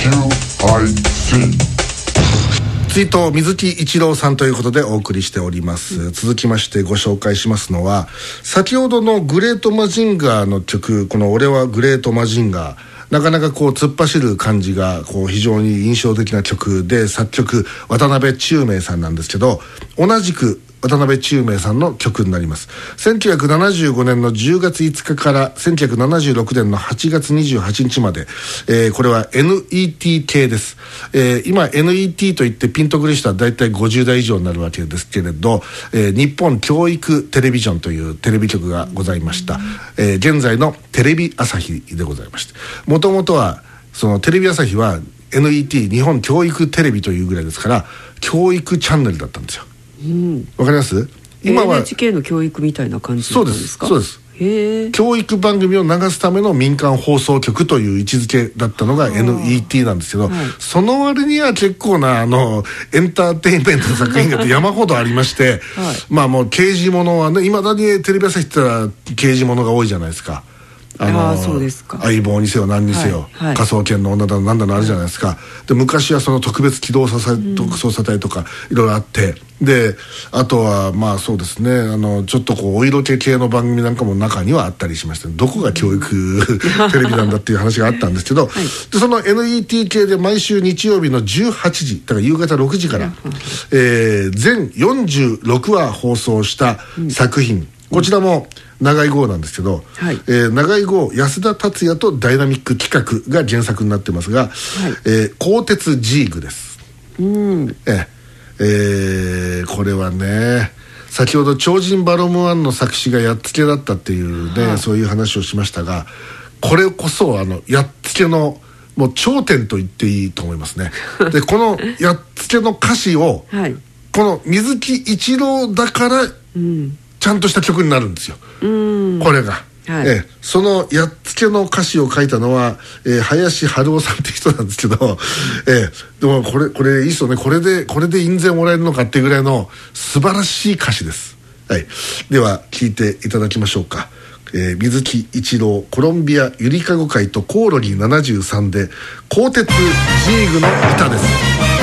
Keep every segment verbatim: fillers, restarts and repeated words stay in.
アイシー追悼水木一郎さんということでお送りしております、うん、続きましてご紹介しますのは先ほどのグレートマジンガーの曲、この俺はグレートマジンガー、なかなかこう突っ走る感じがこう非常に印象的な曲で、作曲渡辺宙明さんなんですけど、同じく渡辺宙明さんの曲になります。せんきゅうひゃくななじゅうごねんのじゅうがついつかからせんきゅうひゃくななじゅうろくねんのはちがつにじゅうはちにちまで、えー、これは エヌイーティー 系です、えー、今 エヌイーティー といってピンとくる人はだいたいごじゅうだい以上になるわけですけれど、えー、日本教育テレビジョンというテレビ局がございました、えー、現在のテレビ朝日でございまして、もともとはそのテレビ朝日は エヌイーティー 日本教育テレビというぐらいですから教育チャンネルだったんですよ。うん、わかります？今は エヌエイチケー の教育みたいな感じなんですか？そうです、そうです。へー。教育番組を流すための民間放送局という位置づけだったのが エヌイーティー なんですけど、はい、その割には結構なあのエンターテインメントの作品が山ほどありまして、はい、まあもう刑事物はね、いまだにテレビ朝日って言ったら刑事物が多いじゃないですか。あのあそうですか。相棒にせよ何にせよ、はいはい、科捜研の女だの何だのあるじゃないですか、はい、で昔はその特別機動捜査、うん、捜査隊とかいろいろあって、であとはまあそうですね、あのちょっとこうお色気系の番組なんかも中にはあったりしまして、どこが教育テレビなんだっていう話があったんですけど、はい、でその エヌイーティー 系で毎週日曜日のじゅうはちじ、だから夕方ろくじから、うんえー、全よんじゅうろくわ放送した作品、うん、こちらも長井豪なんですけど、はいえー、長井豪安田達也とダイナミック企画が原作になってますが、はいえー、鋼鉄ジーグです、うんええー、これはね、先ほど超人バロムワンの作詞がやっつけだったっていうね、はい、そういう話をしましたが、これこそあのやっつけのもう頂点と言っていいと思いますね。でこのやっつけの歌詞を、はい、この水木一郎だから、うんちゃんとした曲になるんですよ、うんこれが、はいええ、そのやっつけの歌詞を書いたのは、えー、林春夫さんって人なんですけど、ええ、でもこれこれいいっすよね、これでこれで印税もらえるのかっていうぐらいの素晴らしい歌詞です、はい、では聴いていただきましょうか、えー、水木一郎コロンビアゆりかご会とコオロギななじゅうさんで鋼鉄ジーグの歌です。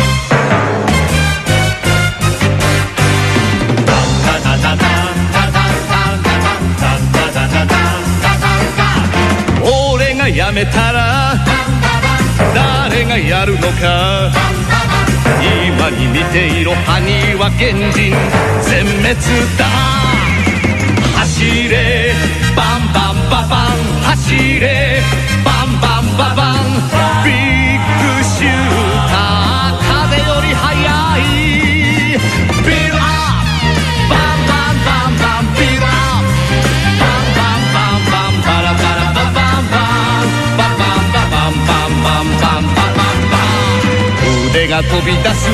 やめたら誰がやるのか、今に見ていろハニーは原人全滅だ。走れバンバンババン、走れバンバンババン、ビッグシューター風より速い、ビルアップバンバンバンバン、ビルアップバンバンバンバン、バラバラババンバン、腕が飛び出す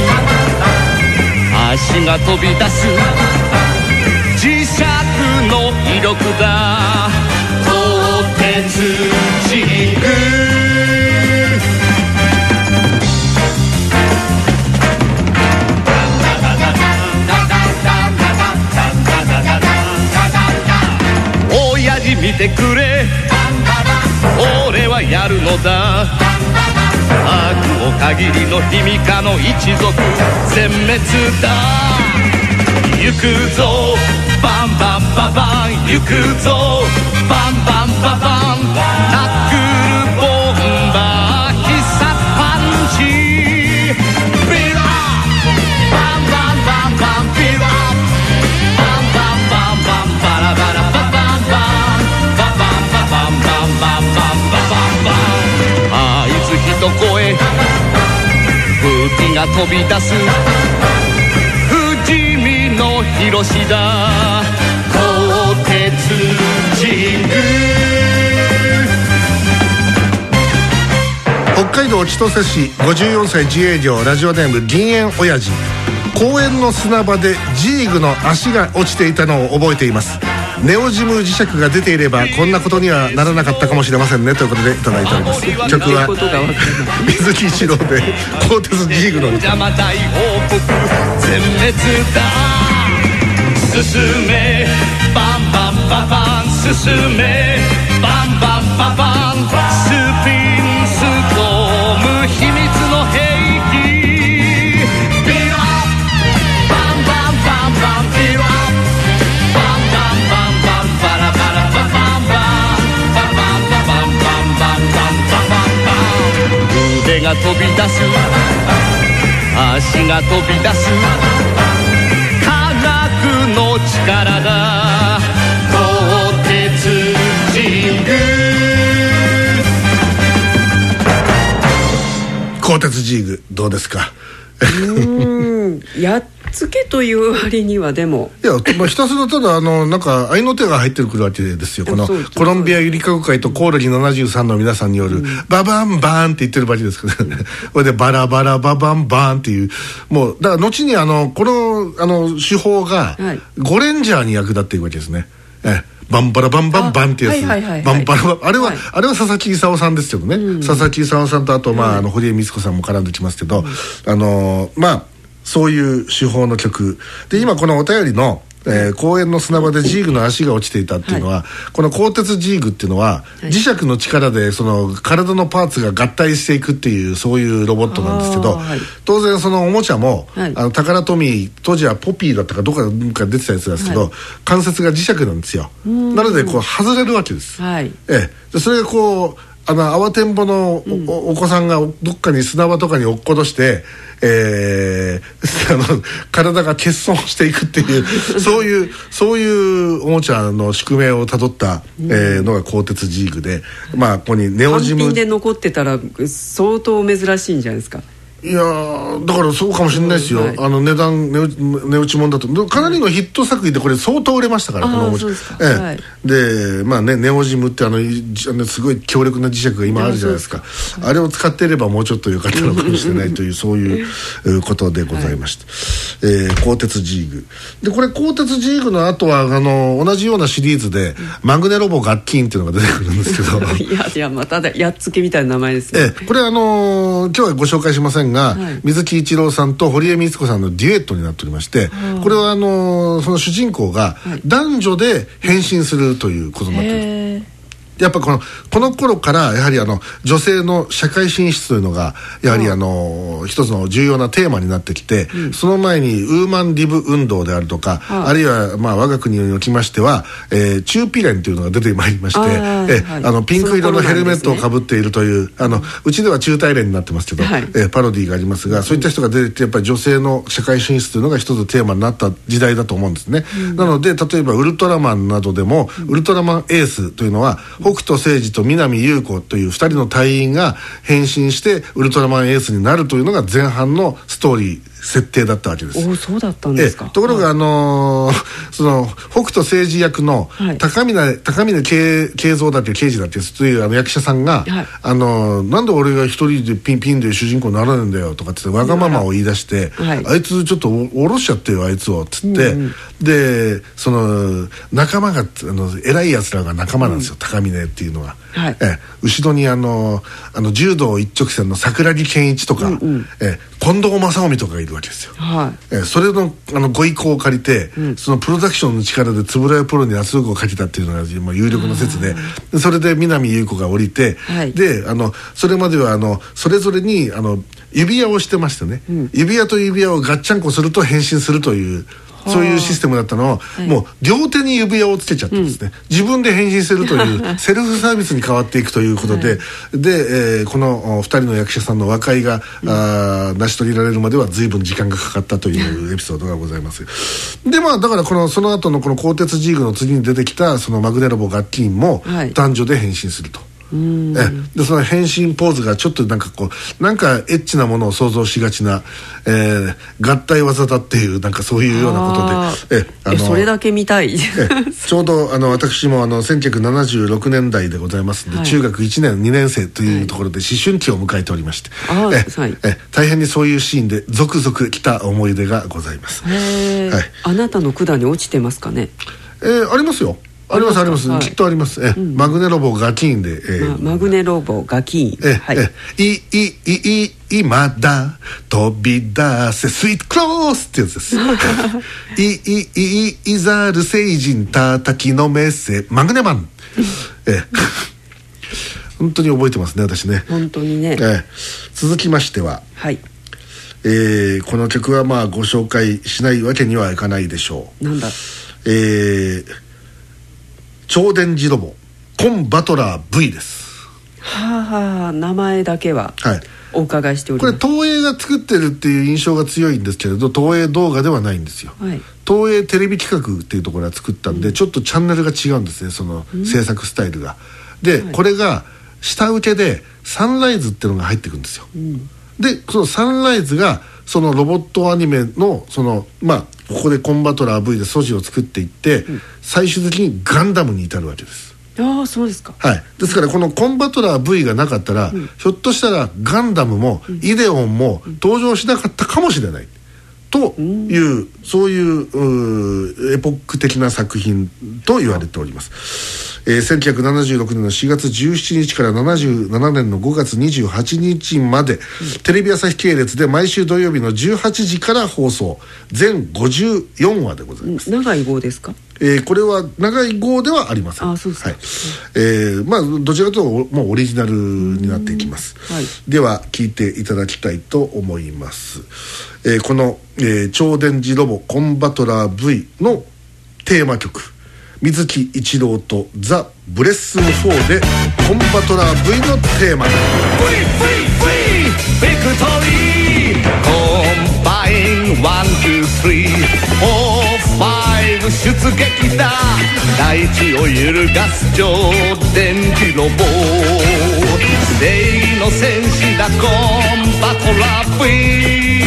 足が飛び出す磁石の威力だ、鋼鉄ジーグ。親父見てくれ俺はやるのだ、悪を限りの卑弥呼の一族全滅だ。行くぞバンバンババン、行くぞバンバンババン、ナックルボンバー必殺パンチ、ビルアップバンバンバンバン、ビルアップバンバンバンバン、バラバラババンバン、ババンババンバンバンバンバンバン、合図一声武器が飛び出す不死身の広しだ、鋼鉄ジーグ。 北海道千歳市ごじゅうよんさい自営業ラジオネーム銀塩親父、公園の砂場でジーグの足が落ちていたのを覚えています。ネオジム磁石が出ていればこんなことにはならなかったかもしれませんね、ということでいただいております。曲は水木一郎で鋼鉄ジーグの歌。 邪魔大王国全滅だ、進めバンバンババン、進めバンバンババン、スピンストーム秘密が飛び出す足が飛び出す科学の力だ鋼鉄神宮鋼鉄ジーグどうですか？ うーんやっつけという割にはでもいや、まあ、ひたすらただあのなんか合いの手が入ってくるわけですよ。このコロンビアゆりかご会とコオロギななじゅうさんの皆さんによる、うん、ババンバーンって言ってるわけですけどねこれでバラバラババンバーンっていうもうだから後にあのこのあの手法がゴレンジャーに役立っていくわけですね。ええバンバラバンバンバンってやつ、バンバラバンあれは、はい、あれは佐々木功さんですけどね、うん、佐々木功さんとあと、まあはい、あの堀江光子さんも絡んできますけど、うん、あのまあそういう手法の曲で今このお便りのえー、公園の砂場でジーグの足が落ちていたっていうのは、はい、この鋼鉄ジーグっていうのは、はい、磁石の力でその体のパーツが合体していくっていうそういうロボットなんですけど、はい、当然そのおもちゃも、はい、あのタカラトミー当時はポピーだったかどっかか出てたやつですけど、はい、関節が磁石なんですよ。なのでこう外れるわけです、はい、えー、でそれがこうあの慌てんぼの お,、うん、お, お子さんがどっかに砂場とかに落っことして、えー、あの体が欠損していくっていうそういうそういうおもちゃの宿命をたどった、うんえー、のが鋼鉄ジーグで、まあここにネオジム単品で残ってたら相当珍しいんじゃないですか。 いやだからそうかもしれないですよ、うんはい、あの値段値打ちもんだとかなりのヒット作品でこれ相当売れましたから、このおもちゃ、ええはい、でまあねネオジムってあのすごい強力な磁石が今あるじゃないですか、はい、あれを使っていればもうちょっと良かったのかもしれないというそういうことでございました、はいえー、鋼鉄ジーグでこれ鋼鉄ジーグの後はあの同じようなシリーズで、うん、マグネロボガッキンっていうのが出てくるんですけどいやいやまたやっつけみたいな名前ですね、 ええ、これあのー、今日はご紹介しませんがはい、水木一郎さんと堀江光子さんのデュエットになっておりまして、はあ、これはあのー、その主人公が男女で変身するということになっている、やっぱこのこの頃からやはりあの女性の社会進出というのがやはりあの一つの重要なテーマになってきて、うん、その前にウーマンリブ運動であるとか、あ, あるいはまあ我が国におきましては、えー、チューピレンというのが出てまいりまして、えーはい、あのピンク色のヘルメットをかぶっているという、ね、あのうちでは中大連になってますけど、はいえー、パロディーがありますが、そういった人が出てやっぱり女性の社会進出というのが一つテーマになった時代だと思うんですね、うん、なので例えばウルトラマンなどでも、うん、ウルトラマンエースというのは北斗星司と南優子というふたりの隊員が変身してウルトラマンエースになるというのが前半のストーリー設定だったわけです。 おそうだったんですか。 ところが、はい、あのー、その北斗星司役の高峰、はい、高峰慶三だっけ刑事だっけというあの役者さんが、はい、あのー、なんで俺が一人でピンピンで主人公にならないんだよとかってわがままを言い出して、はい、あいつちょっと下ろしちゃってよあいつをつって、うんうん、でその仲間があの偉いやつらが仲間なんですよ、うん、高峰っていうのは。はい、え後ろにあのあの柔道一直線の桜木健一とか、うんうん、え近藤正臣とかがいるわけですよ、はい、えそれ の, あのご意向を借りて、うん、そのプロダクションの力で円谷プロに圧力をかけたっていうのが今有力な説で、それで南優子が降りて、はい、であのそれまではあのそれぞれにあの指輪をしてましてね、うん、指輪と指輪をガッチャンコすると変身するというそういうシステムだったのを、はい、もう両手に指輪をつけちゃってですね、うん、自分で変身するというセルフサービスに変わっていくということで、はい、で、えー、このふたりの役者さんの和解が、うん、あ成し遂げられるまでは随分時間がかかったというエピソードがございますでまあだからこのその後のこの鋼鉄ジーグの次に出てきたそのマグネロボガッキンも男女で変身すると、はいうんえでその変身ポーズがちょっとなんかこうなんかエッチなものを想像しがちな、えー、合体技だっていうなんかそういうようなことでえあのそれだけ見たいえちょうどあの私もあのせんきゅうひゃくななじゅうろくねんだいでございますので、はい、中学いちねんにねん生というところで思春期を迎えておりまして、はい、え、はい、え大変にそういうシーンでゾクゾクきた思い出がございます。 へ、はい、あなたの管に落ちてますかね。 えー、ありますよありますあります、はい、きっとありますえ、うん、マグネロボガキーンで、えーま、マグネロボガキーンえ、はい、えいいいい今だ飛び出せスイートクロースってやつですいいいいざる星人叩きのめせマグネマンえ本当に覚えてますね私ね本当にねえ続きましては、はいえー、この曲はまあご紹介しないわけにはいかないでしょう。なんだえー超電磁ロボコンバトラー V です。 はあはあ名前だけははいお伺いしております。 これ東映が作ってるっていう印象が強いんですけれど、東映動画ではないんですよ、はい、東映テレビ企画っていうところが作ったんで、うん、ちょっとチャンネルが違うんですね、その制作スタイルが、うん、で、はい、これが下請けでサンライズっていうのが入ってくるんですよ、うん、でそのサンライズがそのロボットアニメのそのまあここでコンバトラー V で素地を作っていって、うん、最終的にガンダムに至るわけです。 ああ、そうですか。 はい、ですからこのコンバトラー V がなかったら、うん、ひょっとしたらガンダムもイデオンも登場しなかったかもしれない、うん、という、うん、そういう、うエポック的な作品と言われております。えー、せんきゅうひゃくななじゅうろくねんのしがつじゅうしちにちからななじゅうななねんのごがつにじゅうはちにちまで、うん、テレビ朝日系列で毎週土曜日のじゅうはちじから放送、全ごじゅうよんわでございます。 長い号ですか？ えー、これは長い号ではありません。 あ、そうですか。はい、 えー、まあどちらかというともうオリジナルになっていきます、はい、では聞いていただきたいと思います。えー、この、えー、超電磁ロボコンバトラー V のテーマ曲、水木一郎とザ・ブレッスンフォーでコンバトラー V のテーマ。 V V V ビクトリーコンバインワンツースリーフォーファイブ出撃だ、大地を揺るがす超電磁ロボ、正義の戦士だコンバトラー V、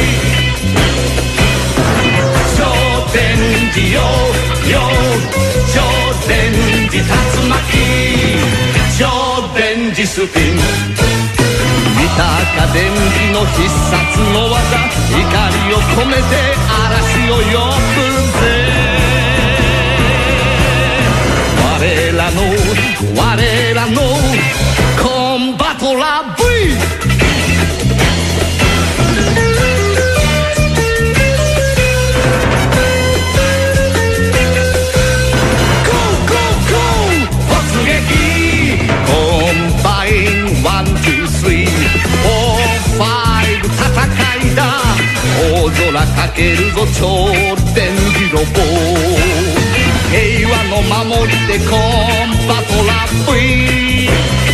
超電磁よよ超電磁竜巻、超電磁スピン、見たか電磁の必殺の技、怒りを込めて嵐を呼ぶぜ、我らの我らのコンバトラー V、大空かけるぞ超電磁ロボ、平和の守り手コンバトラー V、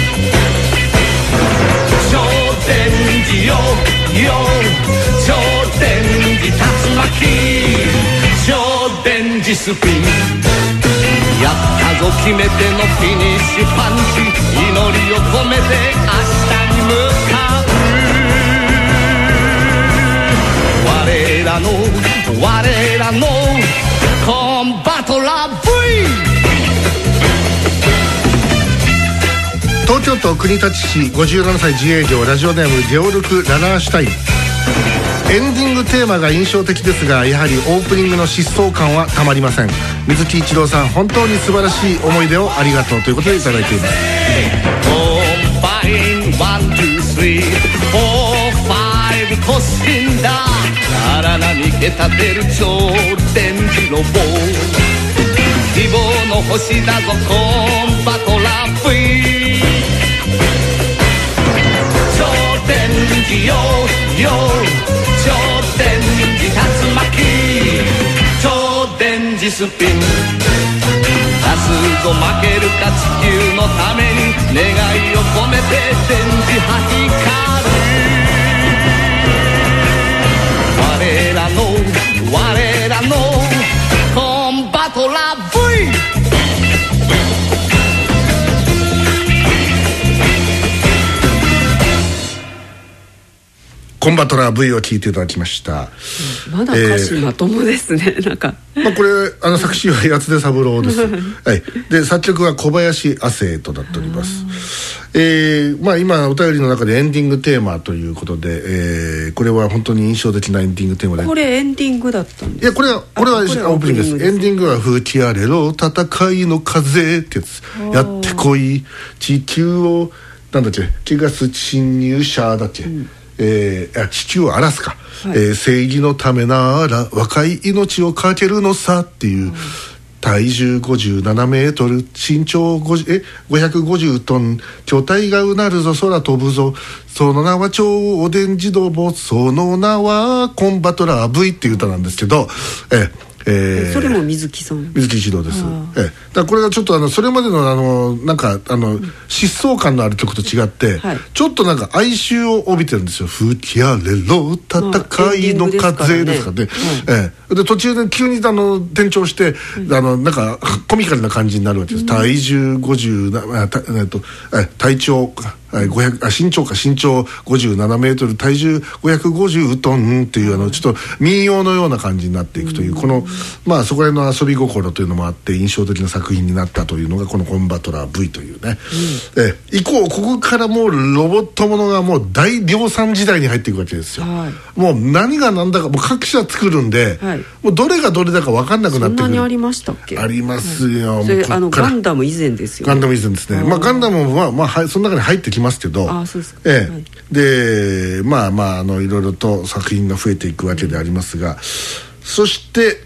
超電磁よよ超電磁竜巻、超電磁スピン、やったぞ決めてのフィニッシュパンチ、祈りを込めて明日に向かう、我らの我らのコンバトラー V。 東京都国立市ごじゅうななさい自営業、ラジオネームゲオルク・ラナーシュタイン。エンディングテーマが印象的ですが、やはりオープニングの疾走感はたまりません。水木一郎さん、本当に素晴らしい思い出をありがとうということでいただいています。 コンバインワンツースリーフォーファイブ突進だ、荒波け立てる超電磁ロボ、希望の星だぞコンバトラー V、 超電磁よよ超電磁竜巻、超電磁スピン、出すぞ負けるか地球のために、願いを込めて電磁波光る、我らの我らのコンバトラー V。 コンバトラー V を聴いていただきました。 まだ歌詞まともですね、えー、なんかまあこれあの作詞は八出三郎です、はい、で作曲は小林亜生となっております。えーまあ、今お便りの中でエンディングテーマということで、えー、これは本当に印象的なエンディングテーマで、 これエンディングだったんですか？ いやこれはこれはオープニングです。エンディングは吹き荒れろ戦いの風ってやつ、やってこい地球をなんだっけ、気がす侵入者だっけ、うん、えー、地球を荒らすか、はい、えー、正義のためなら若い命をかけるのさっていう、うん、体重ごじゅうななメートル、身長ごじゅうえごひゃくごじゅうトン、巨体がうなるぞ空飛ぶぞ、その名は超電磁ロボ、その名はコンバトラー V っていう歌なんですけど、ええー、 それも水木さん。 水木一郎です。ええ、だからこれがちょっとあのそれまでのあのなんかあの、うん、疾走感のある曲と違って、はい、ちょっとなんか哀愁を帯びてるんですよ。吹き荒れろ戦いの風ですからね。ええ、で途中で急にあの転調して、うん、あのなんかコミカルな感じになるわけです。うん、体重ごじゅうな、えっと体長ごひゃくあ身長か身長ごじゅうななメートル体重ごひゃくごじゅうトンっていうあのちょっと民謡のような感じになっていくという、うん、このまあそこら辺の遊び心というのもあって印象的な作品になったというのがこのコンバトラー V というね、うん、え以降ここからもうロボットものがもう大量産時代に入っていくわけですよ、はい、もう何が何だかもう各社作るんで、はい、もうどれがどれだか分かんなくなってくる。 そんなにありましたっけ？ ありますよ、はい、 それあのガンダム以前ですよ、ね、 ガンダム以前ですね。まあガンダムは、まあ、その中に入ってきますけど、 あそうですか、 ええはい、でまあまああのいろいろと作品が増えていくわけでありますが、そして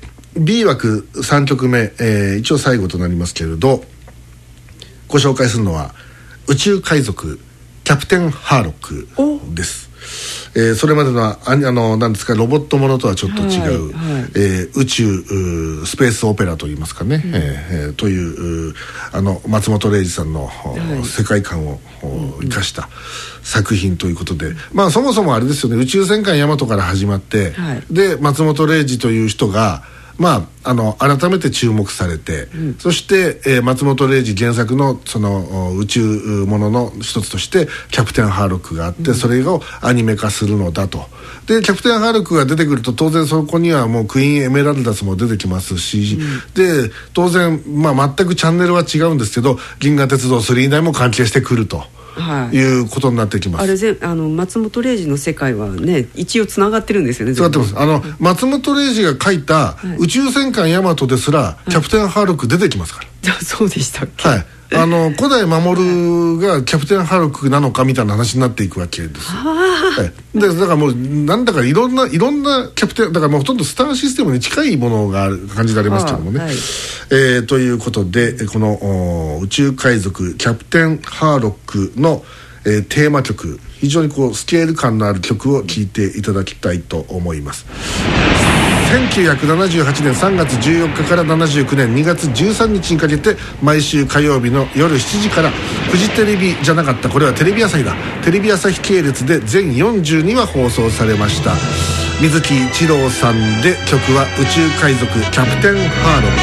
B 枠さんきょくめ、えー、一応最後となりますけれどご紹介するのは宇宙海賊キャプテンハーロックです。えー、それまでのああのなんですかロボットものとはちょっと違う、はいはいえー、宇宙スペースオペラといいますかね、うんえー、というあの松本零士さんの、はい、世界観を生かした作品ということで、うん、まあそもそもあれですよね、宇宙戦艦ヤマトから始まって、はい、で松本零士という人がまあ、あの改めて注目されて、うん、そして、えー、松本零士原作のその宇宙ものの一つとしてキャプテンハーロックがあって、うん、それをアニメ化するのだと。でキャプテンハーロックが出てくると当然そこにはもうクイーンエメラルダスも出てきますし、うん、で当然、まあ、全くチャンネルは違うんですけど銀河鉄道スリーナインも関係してくると。はい、いうことになってきます。 あれぜあの松本零士の世界はね一応つながってるんですよね。 つながってます。あの、うん、松本零士が書いた宇宙戦艦ヤマトですら、はい、キャプテンハーロック出てきますから。 じゃあそうでしたっけ。 はい。あの古代守がキャプテンハーロックなのかみたいな話になっていくわけです。はい、でだからもうなんだかいろんないろんなキャプテンだからもうほとんどスターシステムに近いものがある感じられますけどもね、はいえー、ということでこの宇宙海賊キャプテンハーロックのえー、テーマ曲非常にこうスケール感のある曲を聴いていただきたいと思います。せんきゅうひゃくななじゅうはちねんさんがつじゅうよっかからななじゅうきゅうねんにがつじゅうさんにちにかけて毎週火曜日の夜しちじからフジテレビじゃなかったこれはテレビ朝日だテレビ朝日系列で全よんじゅうにわ放送されました水木一郎さんで曲は宇宙海賊キャプテンハーロッ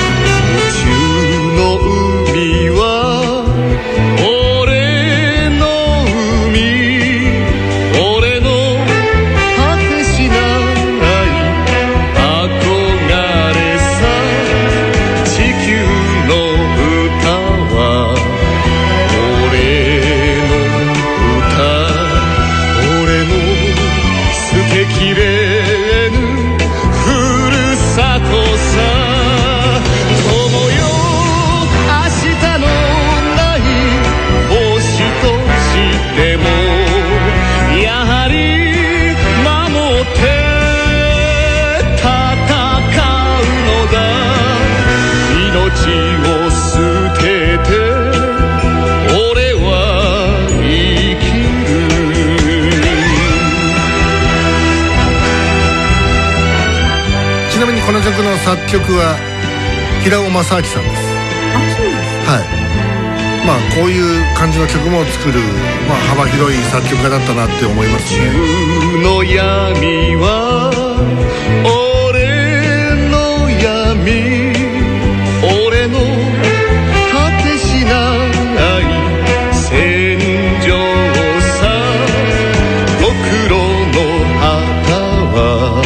ク。 宇宙の海はこの曲の作曲は平尾正明さんです。 あ、そうです。 はい。まあこういう感じの曲も作る、まあ、幅広い作曲家だったなって思いますね。 宇宙の闇は俺の闇俺の果てしない戦場さろくろの旗は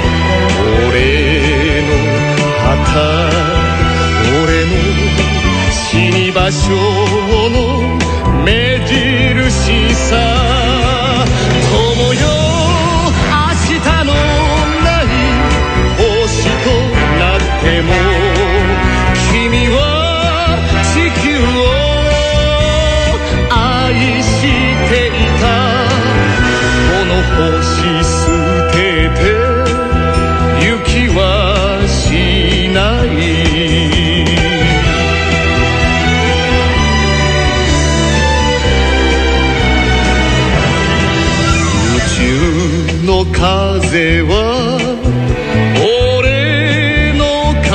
俺の死に場所の目印さ友よ明日のない星となっても君は地球を愛していたこの星捨てて雪はしない宇宙の風は俺の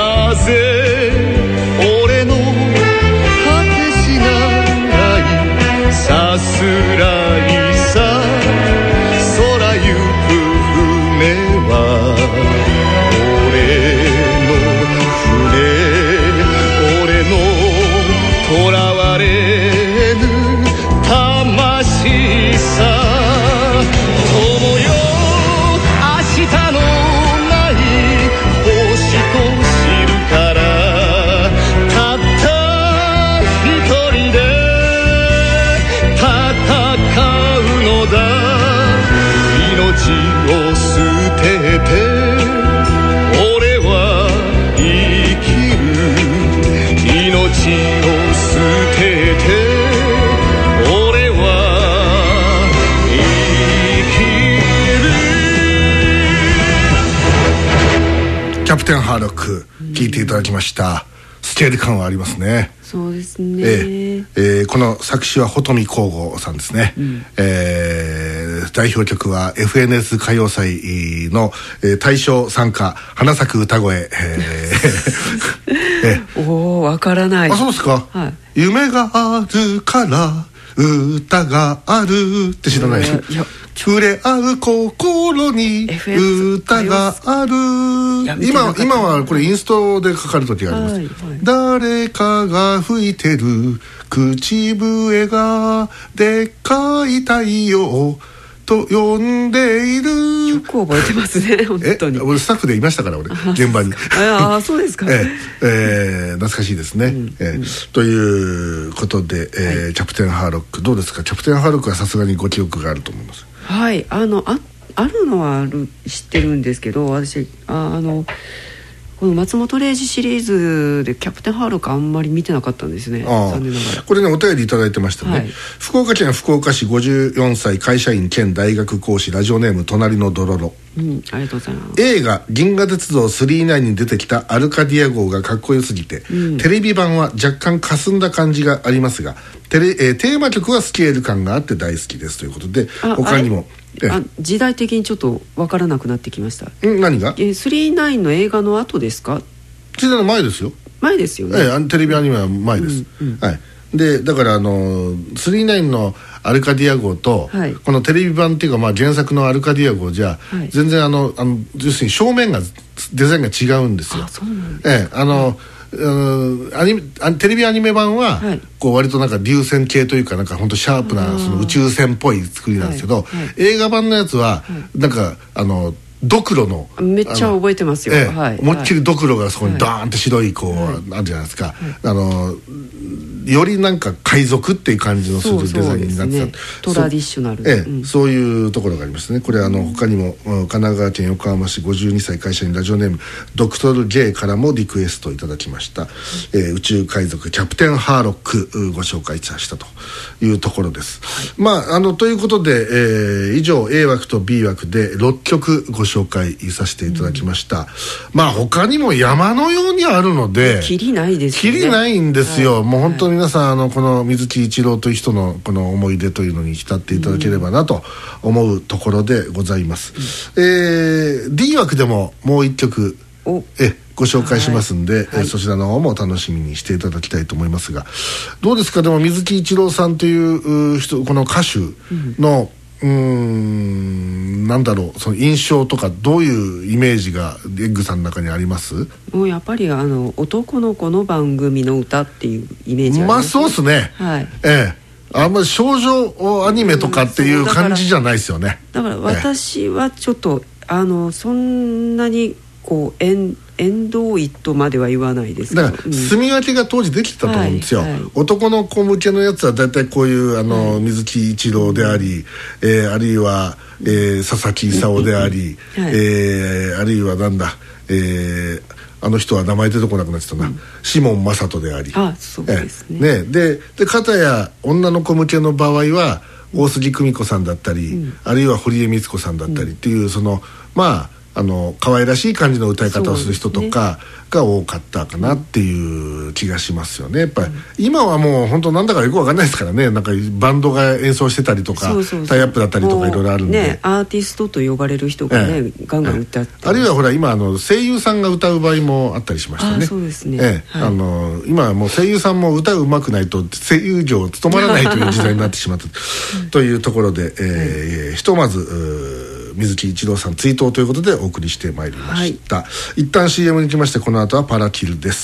テンハーロック聴いていただきました。スケール感はありますね。 そうですね、 えーえー、この作詞は穂富光吾さんですね、うん、えー、代表曲は エフエヌエス 歌謡祭の、えー、大賞参加花咲く歌声、えーえー、おお、わからない。 あ、そうですか、はい、夢があるから歌があるって知らないでしょ。いや、触れ合う心に歌がある。今今はこれインストでかかる時があります、はいはい、誰かが吹いてる口笛がでっかい太陽と呼んでいる。 よく覚えてますね本当に。 俺スタッフでいましたから俺現場に。 ああ、そうですか。 ええー、懐かしいですね、うん、えーうん、ということで、えーはい、キャプテンハーロックどうですか。キャプテンハーロックはさすがにご記憶があると思います。 はい、あの あ, あるのはある知ってるんですけど、私ああのこの松本零士シリーズでキャプテンハーロックあんまり見てなかったんですね。残念ながら。これねお便りいただいてましたね、はい、福岡県福岡市ごじゅうよんさい会社員兼大学講師ラジオネーム隣のドロロ、 うん、ありがとうございます。 映画銀河鉄道スリーじゅうきゅうに出てきたアルカディア号がかっこよすぎて、うん、テレビ版は若干霞んだ感じがありますがテレ、えー、テーマ曲はスケール感があって大好きですということで、他にもあ時代的にちょっと分からなくなってきました。 ん何がえー、スリーじゅうきゅうの映画の後ですか。 スリーじゅうきゅうの前ですよ。 前ですよね、 えー、テレビアニメは前です、うんうん、はい。でだからあのスリーじゅうきゅうのアルカディア号と、はい、このテレビ版っていうか、まあ、原作のアルカディア号じゃ、はい、全然あのあの要するに正面がデザインが違うんですよ。 あ、そうなんですか。 えー、あの、はい、アニメテレビアニメ版は、はい、こう割となんか流線形というかなんか本当シャープなその宇宙船っぽい作りなんですけど、はいはい、映画版のやつは、はい、なんかあのドクロのめっちゃ覚えてますよ、 ええ、 はい、 思いっきりドクロがそこにドーンって白いこう、はい、あるじゃないですか、はい、あのよりなんか海賊っていう感じのするデザインになってた。そうそうですね、 トラディショナル、 ええ、うん、そういうところがありますね。これあの他にも神奈川県横浜市ごじゅうにさい会社員ラジオネームドクトル J からもリクエストいただきました、うん、えー、宇宙海賊キャプテンハーロックご紹介したというところです、はい、まああのということで、えー、以上 A 枠と B 枠でろっきょくご紹介させていただきました、うん、まあ他にも山のようにあるのでキリないですよね。 キリないんですよ、はい、もう本当に皆さんあのこの水木一郎という人のこの思い出というのに浸っていただければなと思うところでございます、うん、えー、D 枠でももう一曲えご紹介しますんで、はいはい、そちらの方も楽しみにしていただきたいと思いますが、どうですか。でも水木一郎さんという人この歌手の、うん、うーんなんだろう、その印象とかどういうイメージがエッグさんの中にあります？ もうやっぱりあの男の子の番組の歌っていうイメージはありますね。まあそうですね、 はい、 ええ、あんまり少女アニメとかっていう感じじゃないですよね。 だから私はちょっと、ええ、あのそんなにこうエンエンドウイットまでは言わないですけど、 だから住み分けが当時できてたと思うんですよ、はいはい、男の子向けのやつはだいたいこういうあの、はい、水木一郎であり、えー、あるいは、えー、佐々木功であり、はい、えー、あるいはなんだ、えー、あの人は名前出てこなくなってたな、うん、シモン正人であり、 あ、そうですね、 えー、ねでで片や女の子向けの場合は大杉久美子さんだったり、うん、あるいは堀江光子さんだったりっていう、そのまああの可愛らしい感じの歌い方をする人とかが多かったかなっていう気がしますよね。やっぱり、うん、今はもう本当なんだかよくわかんないですからね。なんかバンドが演奏してたりとか、そうそうそう、タイアップだったりとかいろいろあるんで、 ね、アーティストと呼ばれる人がね、ええ、ガンガン歌って、 あるいはほら今あの声優さんが歌う場合もあったりしましたね。 あ、そうですね、 ええ、はい、あの今はもう声優さんも歌うまくないと声優業務まらないという時代になってしまったというところで、えーはい、ひとまず水木一郎さん追悼ということでお送りしてまいりました、はい、一旦 シーエム に行きまして、この後はパラキルです。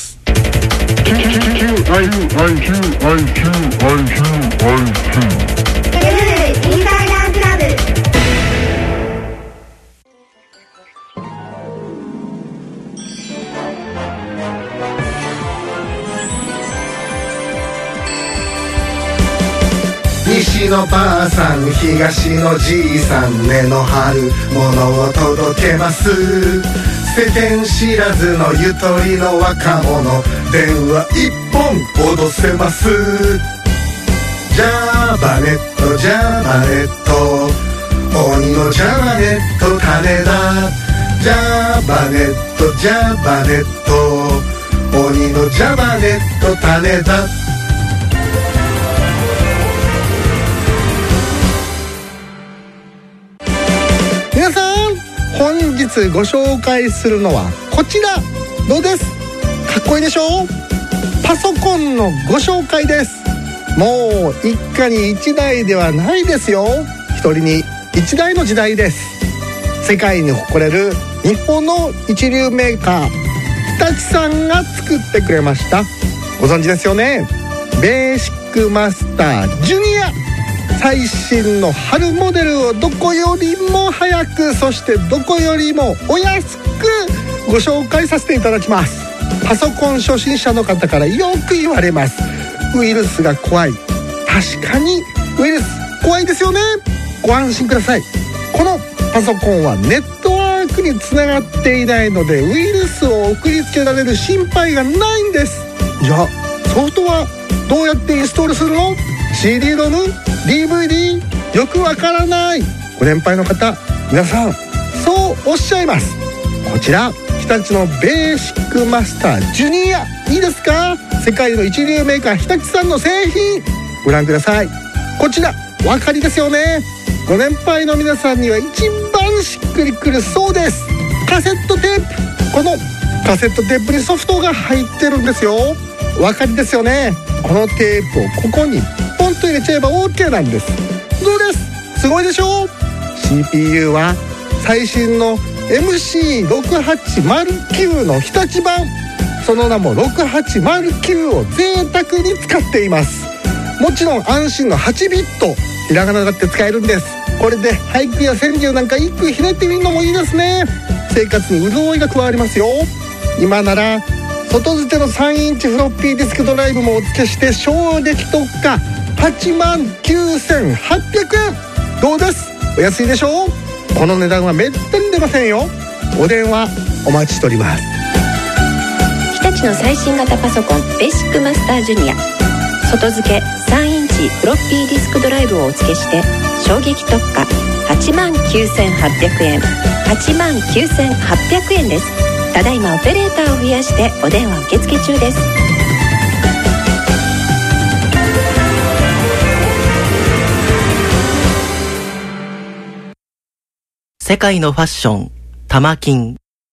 西のばあさん、東のじいさん、根の張るものを届けます。世間知らずのゆとりの若者、電話一本脅せます。ジャーバネット、ジャーバネット、鬼のジャーバネット、種田ジャバネットジャバネット鬼のジャバネット種だ。皆さん本日ご紹介するのはこちら。どうですかっこいいでしょう。パソコンのご紹介です。もう一家に一台ではないですよ。一人に一台の時代です。世界に誇れる日本の一流メーカー日立さんが作ってくれました。ご存知ですよね。ベーシックマスタージュニア、最新の春モデルをどこよりも早く、そしてどこよりもお安くご紹介させていただきます。パソコン初心者の方からよく言われます。ウイルスが怖い。確かにウイルス怖いですよね。ご安心ください。このパソコンはネットワークにつながっていないのでウイルスを送りつけられる心配がないんです。じゃあソフトはどうやってインストールするの？ シーディー ロム、ディーブイディー、よくわからない。ご年配の方、皆さんそうおっしゃいます。こちら日立のベーシックマスタージュニア、いいですか？世界の一流メーカー日立さんの製品ご覧ください。こちらお分かりですよね。ご年配の皆さんには一番しっくりくるそうです。カセットテープ、このカセットテープにソフトが入ってるんですよ。お分かりですよね。このテープをここにポンと入れちゃえば オーケー なんです。どうです？すごいでしょう。 シーピーユー は最新の エムシーろくはちまるきゅう の日立版、その名もろくはちまるきゅうを贅沢に使っています。もちろん安心のはちビット、ひらがなだって使えるんです。これで俳句や川柳なんか一句ひねってみるのもいいですね。生活に潤いが加わりますよ。今なら外付けのさんインチフロッピーディスクドライブもお付けして衝撃特価はちまんきゅうせんはっぴゃくえん。どうです？お安いでしょう。この値段はめったに出ませんよ。お電話お待ちしております。 日立の最新型パソコンベーシックマスタージュニア、外付けさんインチフロッピーディスクドライブをお付けして衝撃特価はちまんきゅうせんはっぴゃくえん、はちまんきゅうせんはっぴゃくえんです。ただいまオペレーターを増やしてお電話受付中です。 世界のファッション、タマキン。